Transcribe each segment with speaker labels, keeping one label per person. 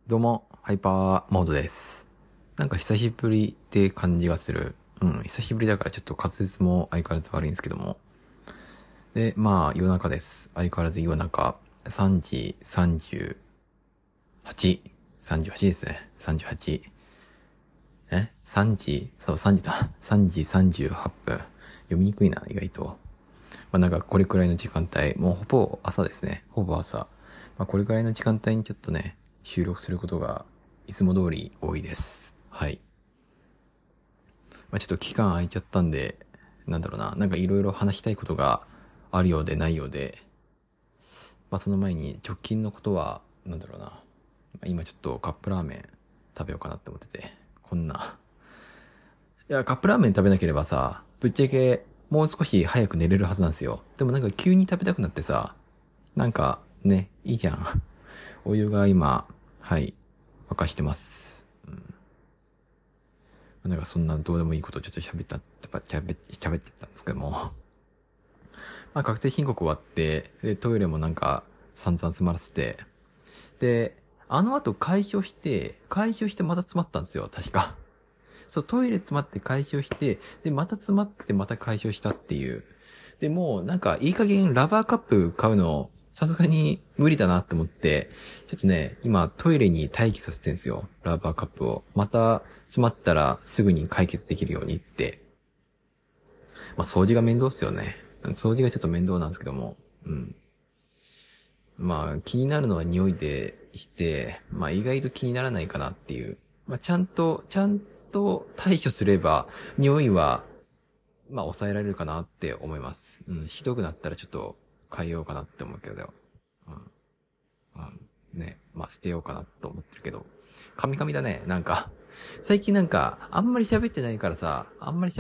Speaker 1: どうも、ハイパーモードです。なんか久しぶりって感じがする。久しぶりだからちょっと滑舌も相変わらず悪いんですけども。で、まあ夜中です。相変わらず夜中、3時38、38ですね。38。3時、そう3時だ。3時38分。読みにくいな、意外と。まあなんかこれくらいの時間帯、もうほぼ朝ですね。ほぼ朝。まあこれくらいの時間帯にちょっとね、収録することがいつも通り多いです。はい。まあちょっと期間空いちゃったんで、なんかいろいろ話したいことがあるようでないようで、まあその前に直近のことは、今ちょっとカップラーメン食べようかなって思ってて、こんな。いや、カップラーメン食べなければさ、ぶっちゃけもう少し早く寝れるはずなんですよ。でもなんか急に食べたくなってさ、なんかね、いいじゃん。お湯が今、はい、沸かしてます。なんかそんなどうでもいいことをちょっと喋ってたんですけども。まあ確定申告終わって、で、トイレもなんか散々詰まらせて、で、あの後解消してまた詰まったんですよ、確か。そう、トイレ詰まって解消して、で、また詰まってまた解消したっていう。で、もうなんかいい加減ラバーカップ買うの、さすがに無理だなって思って、ちょっとね、今トイレに待機させてんですよ。ラバーカップを。また詰まったらすぐに解決できるようにって。まあ掃除が面倒っすよね。掃除がちょっと面倒なんですけども。まあ気になるのは匂いでして、まあ意外と気にならないかなっていう。まあちゃんと対処すれば、匂いはまあ抑えられるかなって思います。ひどくなったらちょっと変えようかなって思うけど、ね、まあ捨てようかなと思ってるけど、カミカミだね、なんか。最近なんか、あんまり喋ってないからさ、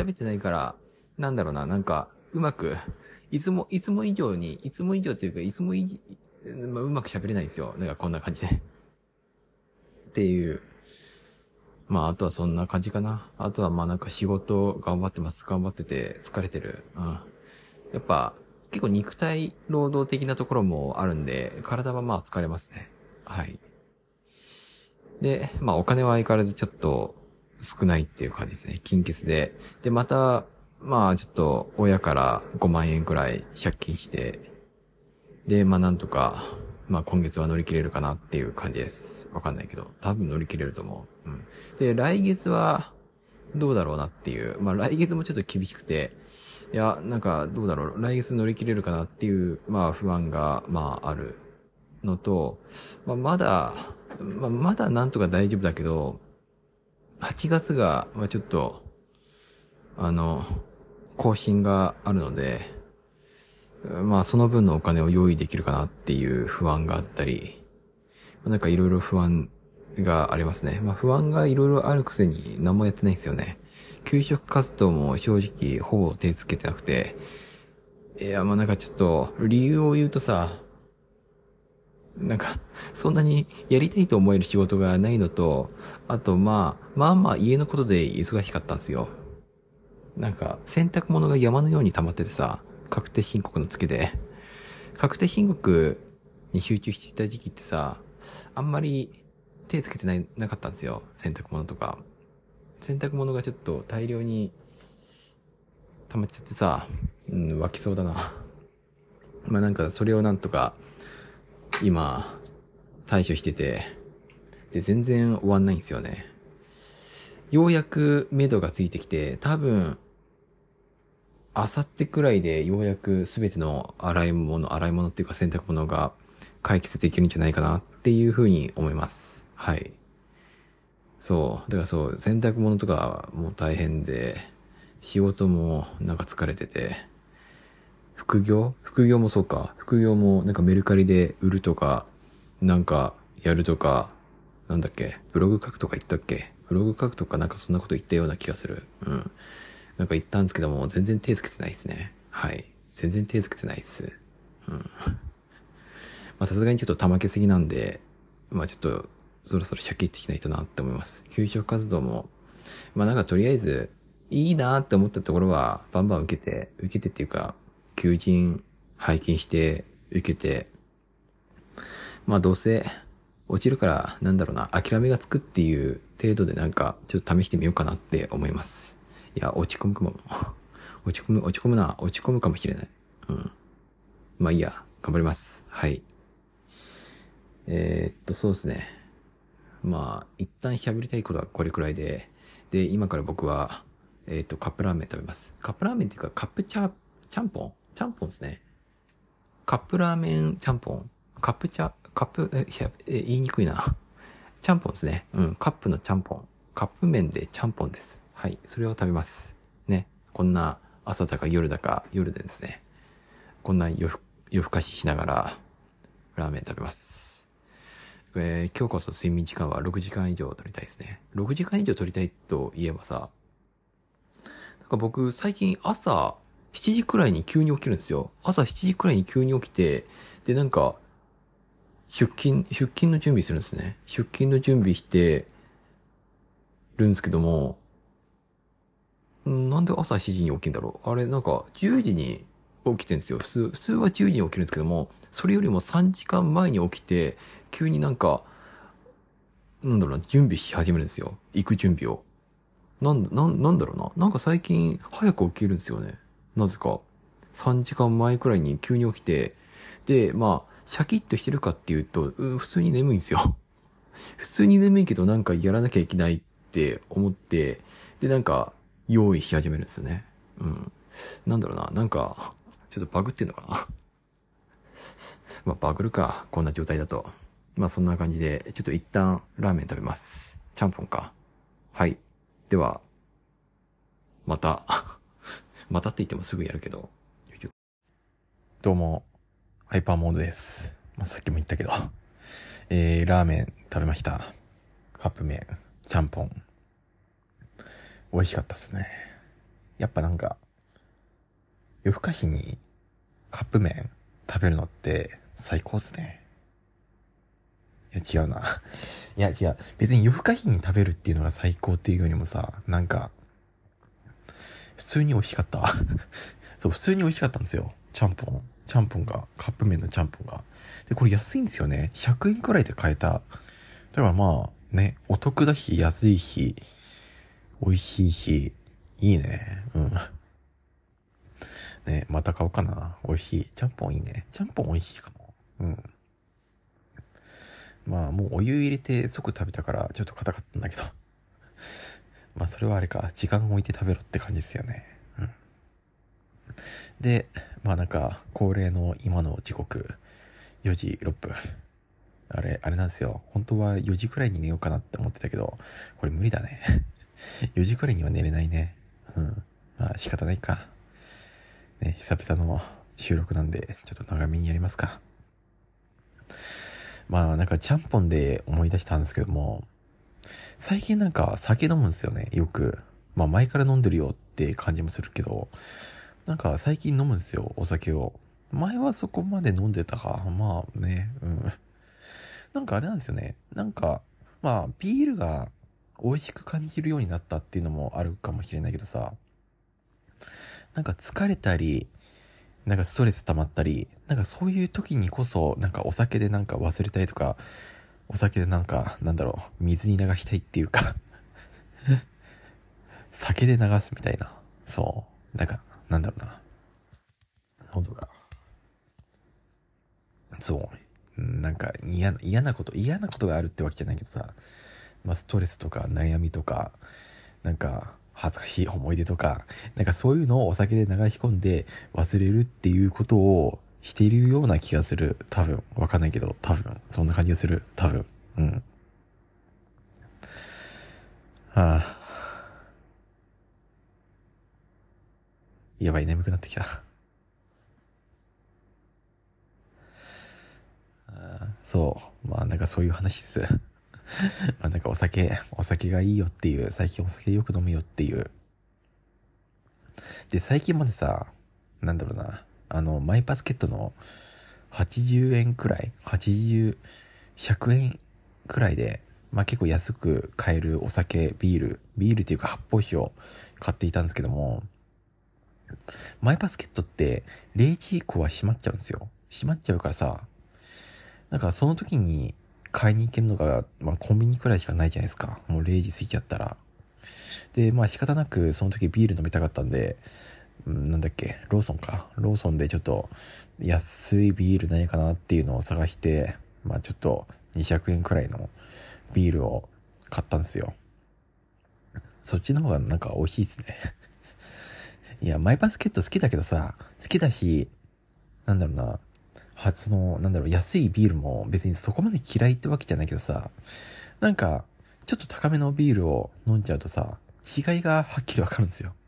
Speaker 1: なんか、うまく、いつも以上っていうか、まあ、うまく喋れないんですよ。なんかこんな感じで。っていう。まあ、あとはそんな感じかな。あとはまあなんか仕事頑張ってます。頑張ってて疲れてる。やっぱ、結構肉体労働的なところもあるんで、体はまあ疲れますね。はい。で、まあお金は相変わらずちょっと少ないっていう感じですね。金欠で。で、また、まあちょっと親から5万円くらい借金して、で、まあなんとか、まあ今月は乗り切れるかなっていう感じです。わかんないけど、多分乗り切れると思う。で、来月はどうだろうなっていう。まあ来月もちょっと厳しくて、いや、なんかどうだろう。来月乗り切れるかなっていう、まあ不安が、まああるのと、まだなんとか大丈夫だけど、8月が、まあちょっと、あの、更新があるので、まあその分のお金を用意できるかなっていう不安があったり、なんかいろいろ不安がありますね。まあ不安がいろいろあるくせに何もやってないんですよね。給食活動も正直ほぼ手つけてなくて、いやまあなんかちょっと理由を言うとさ、なんか、そんなにやりたいと思える仕事がないのと、あとまあ家のことで忙しかったんですよ。なんか、洗濯物が山のように溜まっててさ、確定申告のつけで、確定申告に集中していた時期ってさ、あんまり手つけてなかったんですよ。洗濯物とか。洗濯物がちょっと大量に溜まっちゃってさ、湧きそうだな。まあなんか、それをなんとか、今、対処してて、で、全然終わんないんですよね。ようやく目処がついてきて、多分、あさってくらいでようやくすべての洗い物っていうか洗濯物が解決できるんじゃないかなっていうふうに思います。はい。そう。だからそう、洗濯物とかも大変で、仕事もなんか疲れてて、副業もそうか。副業もなんかメルカリで売るとか、なんかやるとか、なんだっけ、ブログ書くとか言ったっけ、ブログ書くとかなんかそんなこと言ったような気がする。なんか言ったんですけども、全然手つけてないですね。はい。全然手つけてないっす。まあさすがにちょっと玉けすぎなんで、まあちょっと、そろそろシャキッとしないとなって思います。求職活動も、まあなんかとりあえず、いいなって思ったところは、バンバン受けてっていうか、求人、拝見して、受けて、まあどうせ、 落ちるから、なんだろうな、諦めがつくっていう程度でなんか、ちょっと試してみようかなって思います。いや、落ち込むかも。落ち込むかもしれない。うん。まあいいや、頑張ります。はい。そうですね。まあ、一旦喋りたいことはこれくらいで、で、今から僕は、カップラーメン食べます。カップラーメンっていうか、ちゃんぽんちゃんぽんですね。カップラーメンちゃんぽん。カップ、言いにくいな。ちゃんぽんですね。うん、カップのちゃんぽん。カップ麺でちゃんぽんです。はい、それを食べます。ね。こんな朝だか夜だか夜でですね。こんな夜更かししながら、ラーメン食べます。今日こそ睡眠時間は6時間以上取りたいですね。6時間以上取りたいといえばさ、なんか僕最近朝7時くらいに急に起きるんですよ。朝7時くらいに急に起きて、でなんか出勤の準備するんですね。出勤の準備してるんですけども、なんで朝7時に起きるんだろう。あれなんか10時に起きてるんですよ。普通は10時に起きるんですけども、それよりも3時間前に起きて、急になんか、なんだろうな、準備し始めるんですよ。行く準備を。なんだろうな。なんか最近早く起きるんですよね。なぜか。3時間前くらいに急に起きて、で、まあ、シャキッとしてるかっていうと、普通に眠いんですよ。普通に眠いけどなんかやらなきゃいけないって思って、で、なんか、用意し始めるんですよね。うん。なんだろうな。なんか、ちょっとバグってんのかな。まあ、バグるか。こんな状態だと。まあ、そんな感じで、ちょっと一旦ラーメン食べます。ちゃんぽんか。はい。では、また。またって言ってもすぐやるけど。どうも、ハイパーモードです。まあ、さっきも言ったけど。ラーメン食べました。カップ麺、ちゃんぽん。美味しかったっすね。やっぱなんか、夜更かしにカップ麺食べるのって最高っすね。いや違うな。いや違う。別に夜更かしに食べるっていうのが最高っていうよりもさ、なんか、普通に美味しかった。そう、普通に美味しかったんですよ。ちゃんぽん。ちゃんぽんが、カップ麺のちゃんぽんが。で、これ安いんですよね。100円くらいで買えた。だからまあ、ね、お得だし、安いし、美味しいし、いいね。うん。ね、また買おうかな。美味しい。ちゃんぽんいいね。ちゃんぽん美味しいかも。うん。まあ、もうお湯入れて即食べたから、ちょっと硬かったんだけど。まあ、それはあれか。時間を置いて食べろって感じですよね。うん。で、まあなんか、恒例の今の時刻、4時6分。あれなんですよ。本当は4時くらいに寝ようかなって思ってたけど、これ無理だね。4時くらいには寝れないね。うん。まあ仕方ないか。ね、久々の収録なんで、ちょっと長めにやりますか。まあなんかちゃんぽんで思い出したんですけども、最近なんか酒飲むんですよね、よく。まあ前から飲んでるよって感じもするけど、なんか最近飲むんですよ、お酒を。前はそこまで飲んでたか。まあね、うん。なんかあれなんですよね。なんか、まあビールが美味しく感じるようになったっていうのもあるかもしれないけどさ、なんか疲れたり、なんかストレス溜まったり、なんかそういう時にこそ、なんかお酒でなんか忘れたいとか、お酒でなんか、なんだろう、水に流したいっていうか酒で流すみたいな。そう。なんか、なんだろうな。喉が。そう。なんか嫌なことがあるってわけじゃないけどさ、まあストレスとか悩みとか、なんか恥ずかしい思い出とか、なんかそういうのをお酒で流し込んで忘れるっていうことをしているような気がする。多分。わかんないけど、多分。そんな感じがする。多分。うん。はあ。やばい、眠くなってきた。そう。まあなんかそういう話っす。まあなんかお酒がいいよっていう、最近お酒よく飲むよっていう。で、最近までさ、なんだろうな、マイバスケットの80円くらい、80、100円くらいで、まあ結構安く買えるお酒、ビールっていうか発泡酒を買っていたんですけども、マイバスケットって0時以降は閉まっちゃうんですよ。閉まっちゃうからさ、なんかその時に
Speaker 2: 買いに行けるのが、コンビニくらいしかないじゃないですか。もう0時過ぎちゃったら。で、仕方なくその時ビール飲みたかったんで、なんだっけ、ローソンか。ローソンでちょっと安いビールないかなっていうのを探して、ちょっと200円くらいのビールを買ったんですよ。そっちの方がなんか美味しいですね。いや、マイバスケット好きだけどさ、好きだし、なんだろうな、安いビールも別にそこまで嫌いってわけじゃないけどさ、なんか、ちょっと高めのビールを飲んじゃうとさ、違いがはっきりわかるんですよ。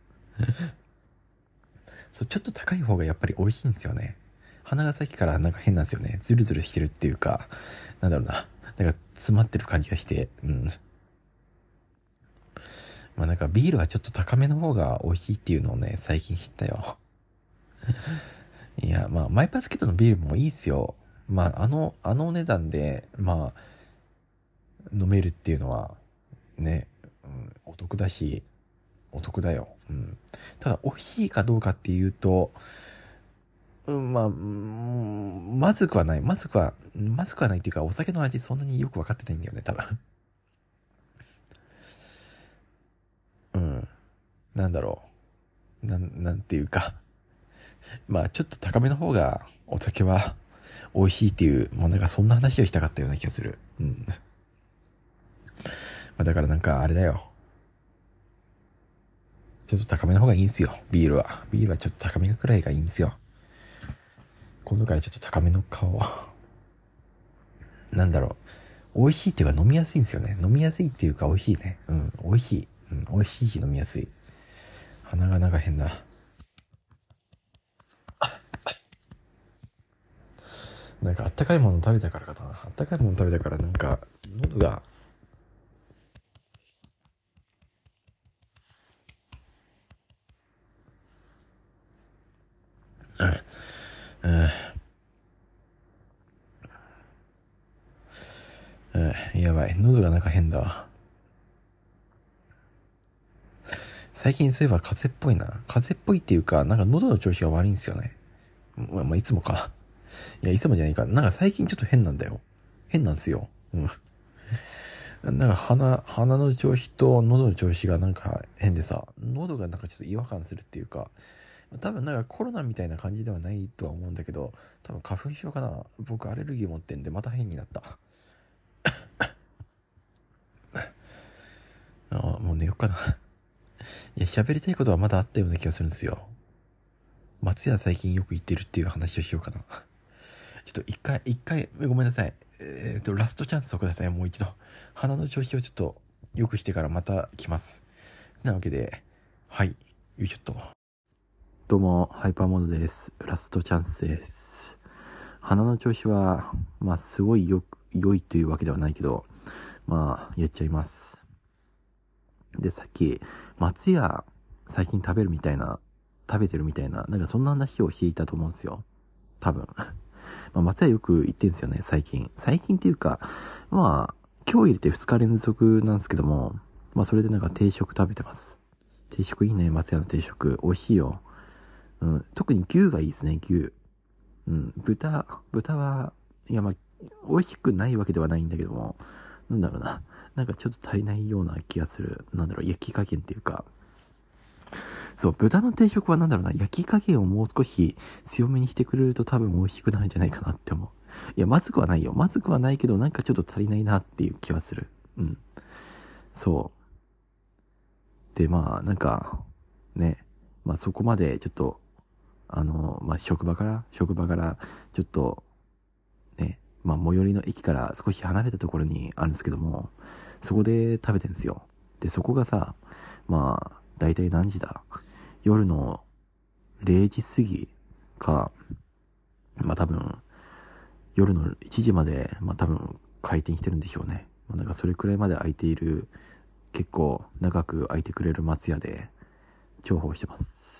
Speaker 2: そう、ちょっと高い方がやっぱり美味しいんですよね。鼻がさっきからなんか変なんですよね。ズルズルしてるっていうか、なんか詰まってる感じがして、なんかビールはちょっと高めの方が美味しいっていうのをね、最近知ったよ。いや、マイバスケットのビールもいいっすよ。あのお値段で、飲めるっていうのは、ね、お得だし、お得だよ。ただ、美味しいかどうかっていうと、まずくはない。まずくはないっていうか、お酒の味そんなによくわかってないんだよね、多分。なんだろう。なんていうか。ちょっと高めの方が、お酒は美味しいっていう、なんかそんな話をしたかったような気がする。だからなんかあれだよ。ちょっと高めの方がいいんすよ、ビールは。ビールはちょっと高めくらいがいいんすよ。今度からちょっと高めの顔。なんだろう。美味しいっていうか飲みやすいんですよね。飲みやすいっていうか美味しいね。美味しい。美味しいし飲みやすい。鼻がなんか変だ。なんかあったかいもの食べたからかな。あったかいもの食べたからなんか、喉が、やばい。喉がなんか変だわ。最近そういえば風邪っぽいな。風邪っぽいっていうか、なんか喉の調子が悪いんですよね。いつもか。いや、いつもじゃないか。なんか最近ちょっと変なんだよ。変なんですよ。なんか鼻の調子と喉の調子がなんか変でさ、喉がなんかちょっと違和感するっていうか、多分なんかコロナみたいな感じではないとは思うんだけど、多分花粉症かな。僕アレルギー持ってんでまた変になった。もう寝ようかな。いや、喋りたいことはまだあったような気がするんですよ。松屋最近よく行ってるっていう話をしようかな。ちょっと一回、ごめんなさい。ラストチャンスをください、もう一度。鼻の調子をちょっと良くしてからまた来ます。なわけで、はい、よいしょっと。どうも、ハイパーモードです。ラストチャンスです。鼻の調子は、すごい良いというわけではないけど、やっちゃいます。で、さっき、松屋、最近食べてるみたいな、なんかそんな話をしていたと思うんですよ。多分。松屋よく行ってんですよね、最近。最近っていうか、今日入れて2日連続なんですけども、それでなんか定食食べてます。定食いいね、松屋の定食。美味しいよ。特に牛がいいですね、牛。豚は、いや美味しくないわけではないんだけども、なんだろうな。なんかちょっと足りないような気がする。焼き加減っていうか。そう、豚の定食は焼き加減をもう少し強めにしてくれると多分美味しくなるんじゃないかなって思う。いや、まずくはないよ。まずくはないけど、なんかちょっと足りないなっていう気はする。そう。で、なんか、ね。そこまでちょっと、職場から、ちょっと、ね、最寄りの駅から少し離れたところにあるんですけども、そこで食べてんですよ。で、そこがさ、だいたい何時だ？夜の0時過ぎか、多分、夜の1時まで、多分、開店してるんでしょうね。なんかそれくらいまで空いている、結構長く空いてくれる松屋で、重宝してます。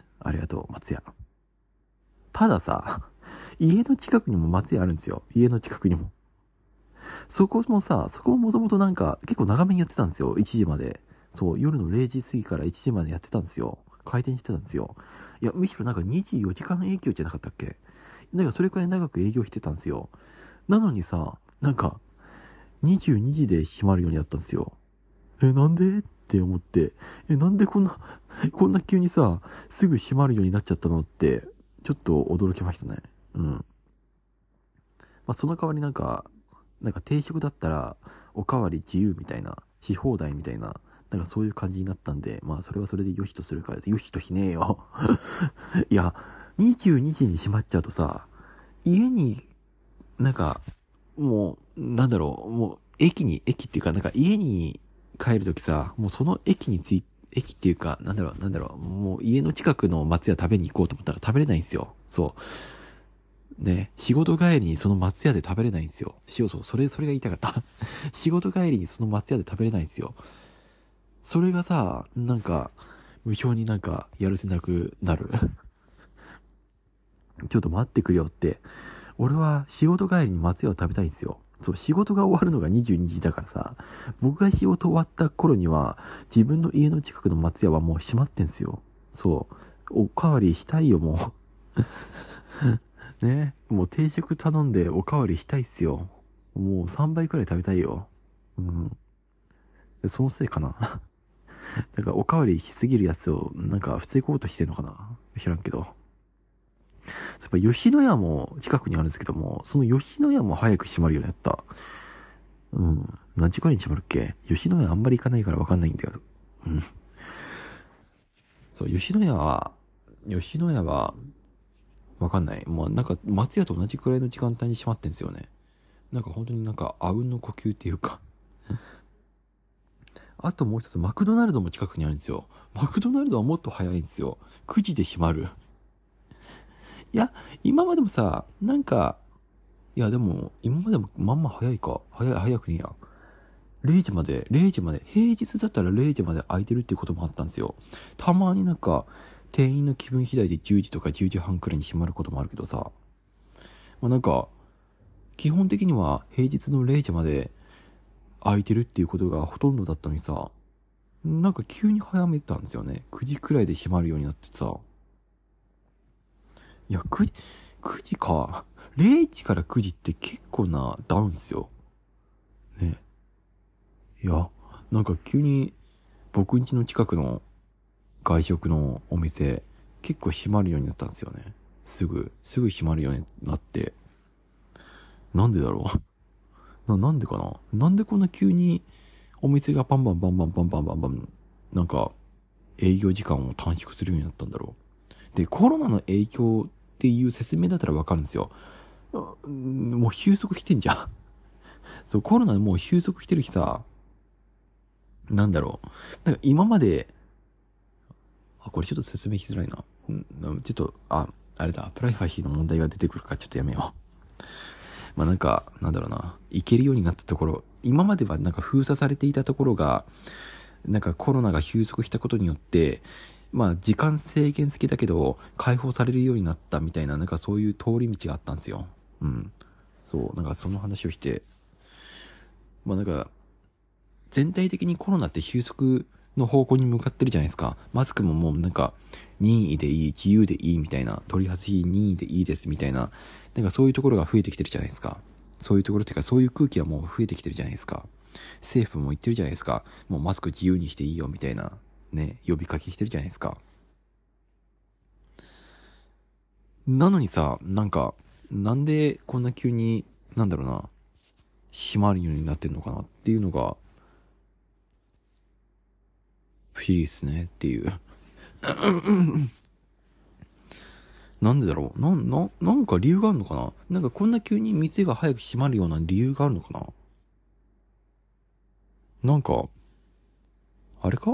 Speaker 2: ありがとう、松屋。たださ、家の近くにも松屋あるんですよ。家の近くにも。そこももともとなんか結構長めにやってたんですよ。1時まで。そう、夜の0時過ぎから1時までやってたんですよ。開店してたんですよ。いや、むしろなんか24時間営業じゃなかったっけ？なんかそれくらい長く営業してたんですよ。なのにさ、なんか、 22時で閉まるようになったんですよ。なんでって思って、なんでこんな急にさ、すぐ閉まるようになっちゃったのって、ちょっと驚きましたね。うん。まあ、その代わりなんか定食だったら、おかわり自由みたいな、し放題みたいな、なんかそういう感じになったんで、まあそれはそれで良しとするから、良しとしねえよ。いや、22時に閉まっちゃうとさ、家に、なんか、もう、なんだろう、もう、駅っていうか、なんか家に帰るときさ、もうその駅っていうか、なんだろう、もう家の近くの松屋食べに行こうと思ったら食べれないんですよ。そう。ね、仕事帰りにその松屋で食べれないんですよ。そう、それが言いたかった。仕事帰りにその松屋で食べれないんですよ。それがさ、なんか、無性になんかやるせなくなる。ちょっと待ってくれよって。俺は仕事帰りに松屋を食べたいんですよ。そう、仕事が終わるのが22時だからさ、僕が仕事終わった頃には、自分の家の近くの松屋はもう閉まってんすよ。そう。おかわりしたいよ、もう。ね。もう定食頼んでおかわりしたいっすよ。もう3倍くらい食べたいよ。うん。そのせいかな。なんかおかわりしすぎるやつを、なんか防ごうとしてんのかな知らんけど。そういえば吉野家も近くにあるんですけども、その吉野家も早く閉まるようになった。うん。何時間に閉まるっけ？吉野家あんまり行かないからわかんないんだよ。うん。そう、吉野家は、わかんない。もうなんか、松屋と同じくらいの時間帯に閉まってんですよね。なんか本当になんか、あうんの呼吸っていうかあともう一つ、マクドナルドも近くにあるんですよ。マクドナルドはもっと早いんですよ。9時で閉まる。いや、今までもさ、なんか、いやでも、今までもまんま早いか。早くねえや。0時まで、平日だったら0時まで空いてるっていうこともあったんですよ。たまになんか、店員の気分次第で10時とか10時半くらいに閉まることもあるけどさ。まあなんか、基本的には平日の0時まで空いてるっていうことがほとんどだったのにさ、なんか急に早めたんですよね。9時くらいで閉まるようになってさ。いや、9時か。0時から9時って結構なダウンですよ。ね。いや、なんか急に僕ん家の近くの外食のお店結構閉まるようになったんですよね。すぐ閉まるようになって。なんでだろう。なんでかな。なんでこんな急にお店がバンバンバンバンバンバンバンバンなんか営業時間を短縮するようになったんだろう。で、コロナの影響っていう説明だったらわかるんですよ。もう収束来てんじゃん。そう、コロナもう収束来てるしさ、なんだろう。なんか今まで、これちょっと説明しづらいな。ちょっと、あれだ、プライバシーの問題が出てくるからちょっとやめよう。まあなんか、なんだろうな、行けるようになったところ、今まではなんか封鎖されていたところが、なんかコロナが収束したことによって、まあ時間制限付きだけど、解放されるようになったみたいな、なんかそういう通り道があったんですよ。うん。そう、なんかその話をして、まあなんか、全体的にコロナって収束の方向に向かってるじゃないですか。マスクももうなんか、任意でいい、自由でいいみたいな、取り外し任意でいいですみたいな、なんかそういうところが増えてきてるじゃないですか。そういうところっていうか、そういう空気はもう増えてきてるじゃないですか。政府も言ってるじゃないですか。もうマスク自由にしていいよみたいな、ね、呼びかけしてるじゃないですか。なのにさ、なんか、なんでこんな急に、なんだろうな、閉まるようになってんのかなっていうのが、不思議ですねっていう。なんでだろうなんか理由があるのかな。なんかこんな急に店が早く閉まるような理由があるのかな。なんか、あれか。い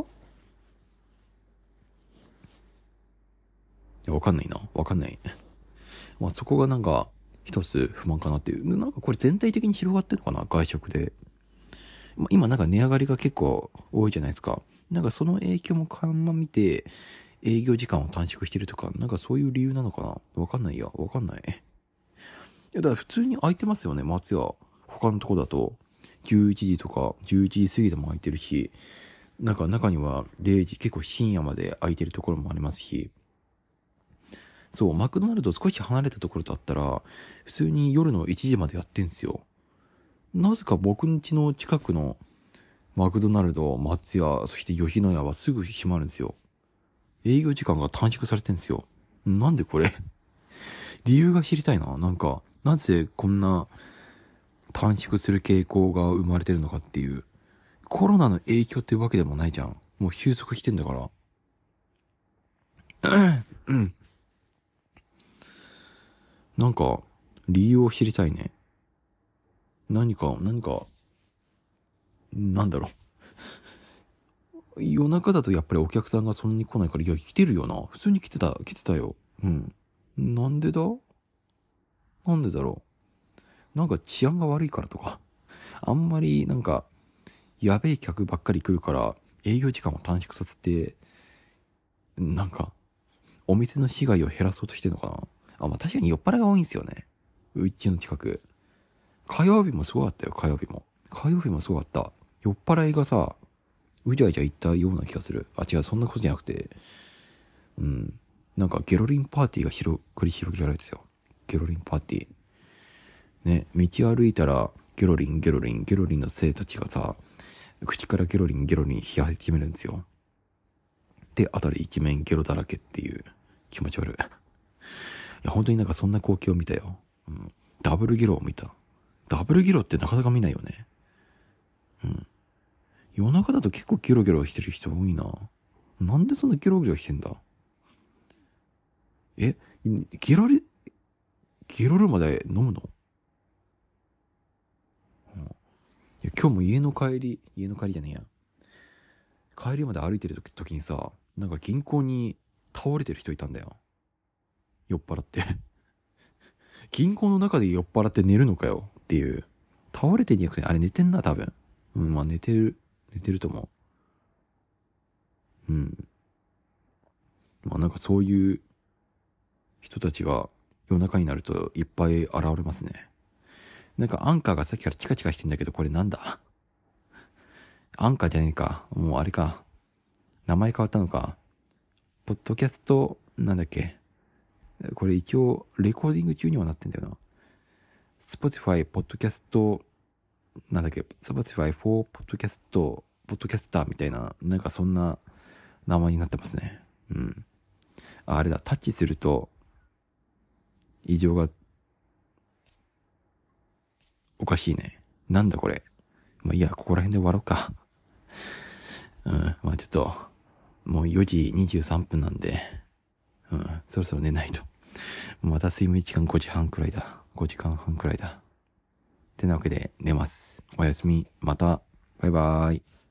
Speaker 2: や、わかんないな。わかんない。まあそこがなんか、一つ不満かなっていう。なんかこれ全体的に広がってるのかな外食で。まあ、今なんか値上がりが結構多いじゃないですか。なんかその影響も垣間見て、営業時間を短縮してるとか、なんかそういう理由なのかな。わかんないや。わかんない。いや、だから普通に空いてますよね、松屋。他のとこだと、11時とか、11時過ぎでも空いてるし、なんか中には0時、結構深夜まで空いてるところもありますし、そう、マクドナルド少し離れたところだったら、普通に夜の1時までやってんすよ。 なぜか僕ん家の近くのマクドナルド、松屋、そして吉野家はすぐ閉まるんですよ。営業時間が短縮されてんですよ。なんでこれ理由が知りたいな。なんか、なぜこんな短縮する傾向が生まれてるのかっていう。コロナの影響ってわけでもないじゃん。もう収束してんだから。うん。なんか、理由を知りたいね。何か、なんだろう。夜中だとやっぱりお客さんがそんなに来ないから、いや、来てるよな。普通に来てたよ。うん。なんでだろう。なんか治安が悪いからとか。あんまりなんか、やべえ客ばっかり来るから、営業時間を短縮させて、なんか、お店の被害を減らそうとしてるのかな。まあ確かに酔っ払いが多いんですよね。うちの近く。火曜日もすごかったよ、火曜日もすごかった。酔っ払いがさ、うじゃうじゃ言ったような気がする。違う、そんなことじゃなくて、なんかゲロリンパーティーが繰り広げられてたよ。ゲロリンパーティー。ね、道歩いたら、ゲロリンの生たちがさ、口からゲロリン冷や始めるんですよ。で、あたり一面ゲロだらけっていう気持ち悪い。いや、本当になんかそんな光景を見たよ。ダブルゲロを見た。ダブルゲロってなかなか見ないよね。夜中だと結構ゲロゲロしてる人多いな。なんでそんなゲロゲロしてんだ。ゲロるまで飲むの？いや、今日も家の帰りじゃねえや。帰りまで歩いてる時にさ、なんか銀行に倒れてる人いたんだよ。酔っ払って。銀行の中で酔っ払って寝るのかよっていう。倒れてんじゃなくて、あれ寝てんな、多分。まあ寝てると思う。まあなんかそういう人たちが夜中になるといっぱい現れますね。なんかアンカーがさっきからチカチカしてんだけど、これなんだ？アンカーじゃねえか。もうあれか。名前変わったのか。ポッドキャスト、なんだっけ。これ一応、レコーディング中にはなってんだよな。Spotify、ポッドキャスト、なんだっけ。Spotify for ポッドキャスターみたいな、なんかそんな名前になってますね。あれだ、タッチすると、異常が、おかしいね。なんだこれ。まあいいや、ここら辺で終わろうか。まあちょっと、もう4時23分なんで、そろそろ寝ないと。また睡眠時間5時半くらいだ。5時間半くらいだ。ってなわけで寝ます。おやすみ。また。バイバーイ。